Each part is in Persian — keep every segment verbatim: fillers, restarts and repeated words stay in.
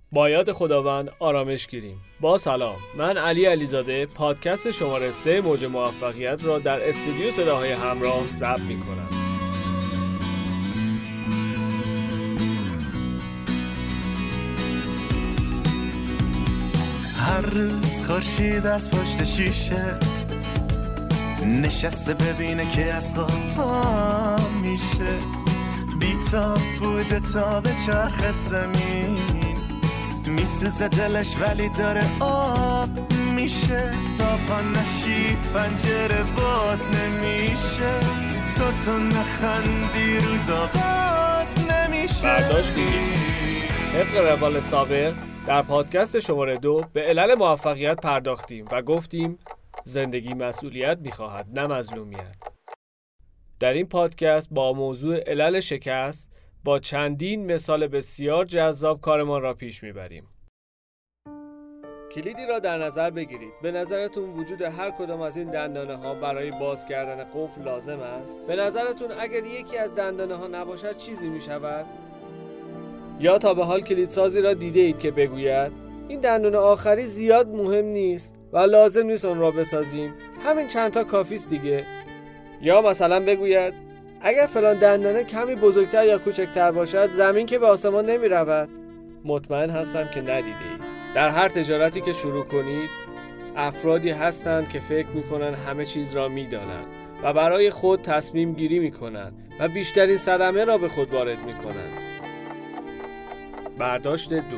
با یاد خداوند آرامش گیریم. با سلام، من علی علیزاده پادکست شماره سه موج موفقیت را در استودیو صداهای همراه ضبط می کنم. هر روز خورشید از پشت شیشه نشسته ببینه که از خواب میشه، بی‌تاب بوده تا به چرخ زمین، میسوزه دلش ولی داره آب میشه، تا پا نشی پنجره باز نمیشه، تو تو نخندی روزا باز نمیشه. برداشت دیدیم طبق روال سابق در پادکست شماره دو به علل موفقیت پرداختیم و گفتیم زندگی مسئولیت میخواهد نه مظلومیت. در این پادکست با موضوع علل شکست با چندین مثال بسیار جذاب کارمان را پیش میبریم. کلیدی را در نظر بگیرید. به نظرتون وجود هر کدام از این دندانه ها برای باز کردن قفل لازم است؟ به نظرتون اگر یکی از دندانه ها نباشد چیزی میشود؟ یا تا به حال کلیدسازی را دیده اید که بگوید این دندانه آخری زیاد مهم نیست و لازم نیست اون را بسازیم، همین چند تا کافی است دیگه؟ یا مثلا بگوید اگر فلان دندانه کمی بزرگتر یا کوچکتر باشد زمین که به آسمان نمی رود؟ مطمئن هستم که ندیده اید. در هر تجارتی که شروع کنید افرادی هستند که فکر می کنند همه چیز را می دانند و برای خود تصمیم گیری می کنند و بیشترین صدمه را به خود وارد می کنند. برداشت دو.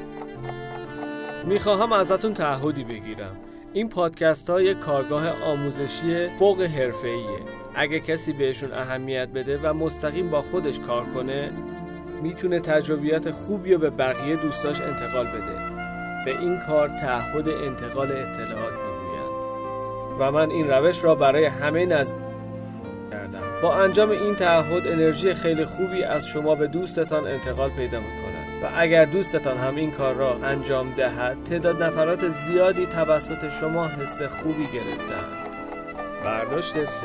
می خواهم ازتون تعهدی بگیرم. این پادکست ها یک کارگاه آموزشی فوق حرفه‌ایه. اگه کسی بهشون اهمیت بده و مستقیم با خودش کار کنه میتونه تجربیات خوبی رو به بقیه دوستاش انتقال بده. به این کار تعهد انتقال اطلاعات میگویند و من این روش را برای همه نزدیک کردم. با انجام این تعهد انرژی خیلی خوبی از شما به دوستتان انتقال پیدا میکنه و اگر دوستتان هم این کار را انجام دهد تعداد نفرات زیادی توسط شما حس خوبی گرفتند. برداشت سه.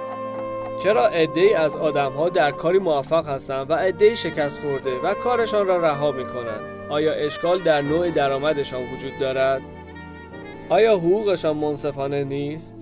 چرا عده‌ای از آدم‌ها در کاری موفق هستند و عده‌ای شکست خورده و کارشان را رها می‌کنند؟ آیا اشکال در نوع درآمدشان وجود دارد؟ آیا حقوقشان منصفانه نیست؟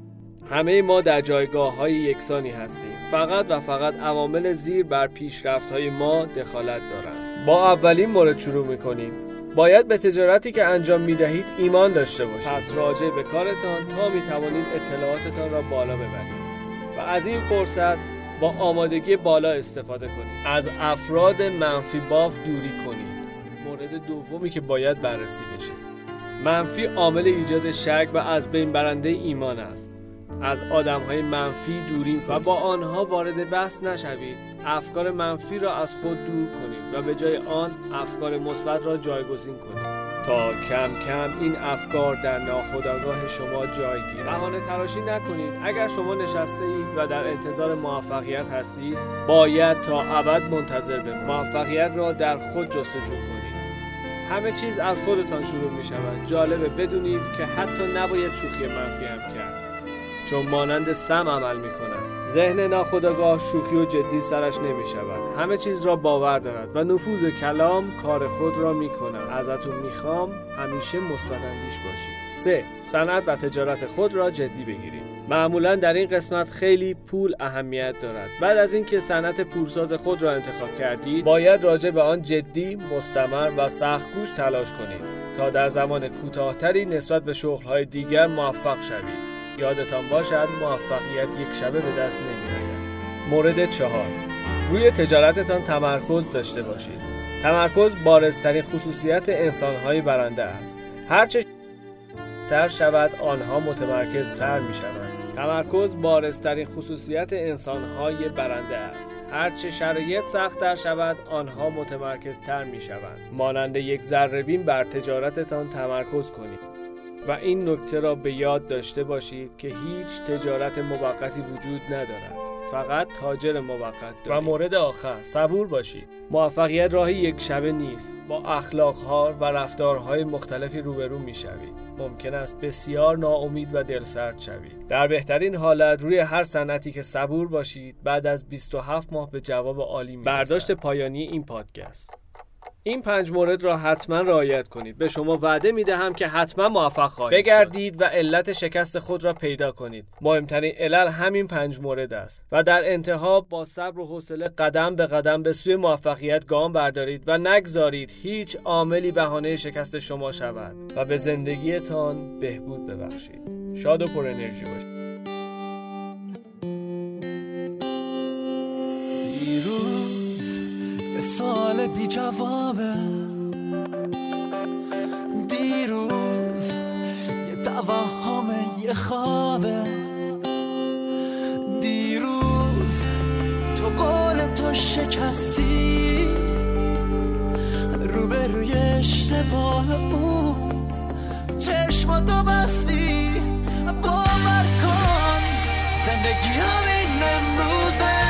همه ما در جایگاه‌های یکسانی هستیم. فقط و فقط عوامل زیر بر پیشرفت‌های ما دخالت دارند. با اولین مورد شروع می‌کنیم. باید به تجارتی که انجام می‌دهید ایمان داشته باشید. پس راجع به کارتان تا می‌توانید اطلاعاتتان را بالا ببرید. و از این فرصت با آمادگی بالا استفاده کنید. از افراد منفی باف دوری کنید. مورد دومی که باید بررسی بشه. منفی عامل ایجاد شک و از بین برنده ایمان است. از آدم‌های منفی دوری و با آنها وارد بحث نشوید. افکار منفی را از خود دور کنید و به جای آن افکار مثبت را جایگزین کنید تا کم کم این افکار در ناخودآگاه شما جای گیرند. بهانه تراشی نکنید. اگر شما نشسته اید و در انتظار موفقیت هستید باید تا ابد منتظر بمانید. موفقیت را در خود جستجو کنید. همه چیز از خودتان شروع می شود. جالبه بدونید که حتی نباید شوخی منفی هم کرد، چون مانند سم عمل می کند. ذهن ناخودآگاه شوخی و جدی سرش نمی شود. همه چیز را باور دارد و نفوذ کلام کار خود را می کند. ازتون می خوام همیشه مثبت اندیش باشید. سه. صنعت و تجارت خود را جدی بگیرید. معمولا در این قسمت خیلی پول اهمیت دارد. بعد از اینکه صنعت پولساز خود را انتخاب کردید باید راجع به آن جدی، مستمر و سخت‌کوش تلاش کنید تا در زمان کوتاه‌تری نسبت به شغل‌های دیگر موفق شوید. یادتان باشد موفقیت یک شبه به دست نمی‌آید. مورد چهار. روی تجارتتان تمرکز داشته باشید. تمرکز بارزترین خصوصیت انسان‌های برنده است. هرچه تر شود آنها متمرکزتر می‌شوند. تمرکز بارزترین خصوصیت انسان‌های برنده است. هرچه شرایط سخت‌تر شود آنها متمرکزتر می‌شوند. مانند یک ذره‌بین بر تجارتتان تمرکز کنید. و این نکته را به یاد داشته باشید که هیچ تجارت موقتی وجود ندارد، فقط تاجر موقت دارید. و مورد آخر، صبور باشید. موفقیت راهی یک شبه نیست. با اخلاق‌ها و رفتارهای مختلفی روبرو می‌شوید. ممکن است بسیار ناامید و دلسرد شوید. در بهترین حالت روی هر صنعتی که صبور باشید بعد از بیست و هفت ماه به جواب عالی می‌رسید. برداشت پایانی این پادکست. این پنج مورد را حتما رعایت کنید. به شما وعده میدهم که حتما موفق خواهید بگردید شد. و علت شکست خود را پیدا کنید. مهمترین علل همین پنج مورد است و در انتها با صبر و حوصله قدم به قدم به سوی موفقیت گام بردارید و نگذارید هیچ عاملی بهانه شکست شما شود و به زندگیتان بهبود ببخشید. شاد و پر انرژی باشید. سال بی جوابه، دیروز یه توهمه، یه خوابه، دیروز تو قول تو شکستی روبروی اشتباه اون چشماتو بستی. باور کن زندگی همین امروزه،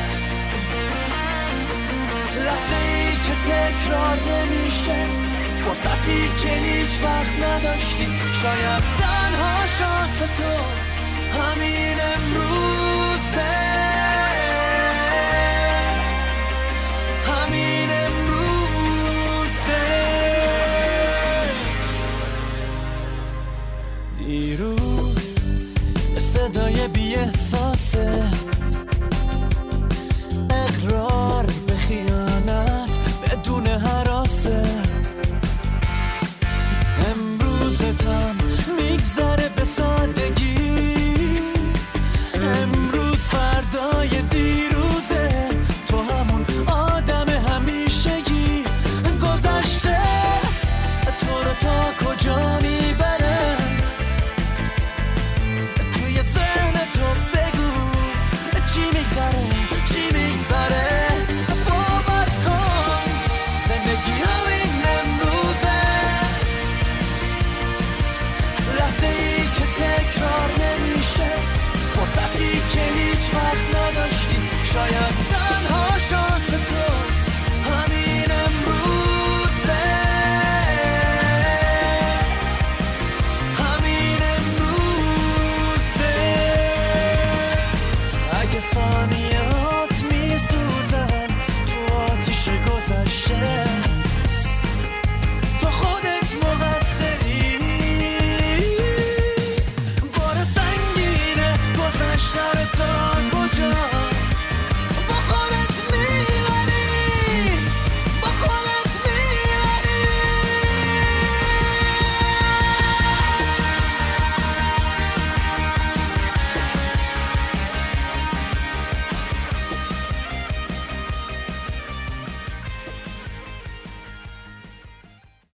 لحظه ای که تکرار نمیشه، فرصتی که هیچ وقت نداشتی. شاید تنها شانس تو همین امروزه.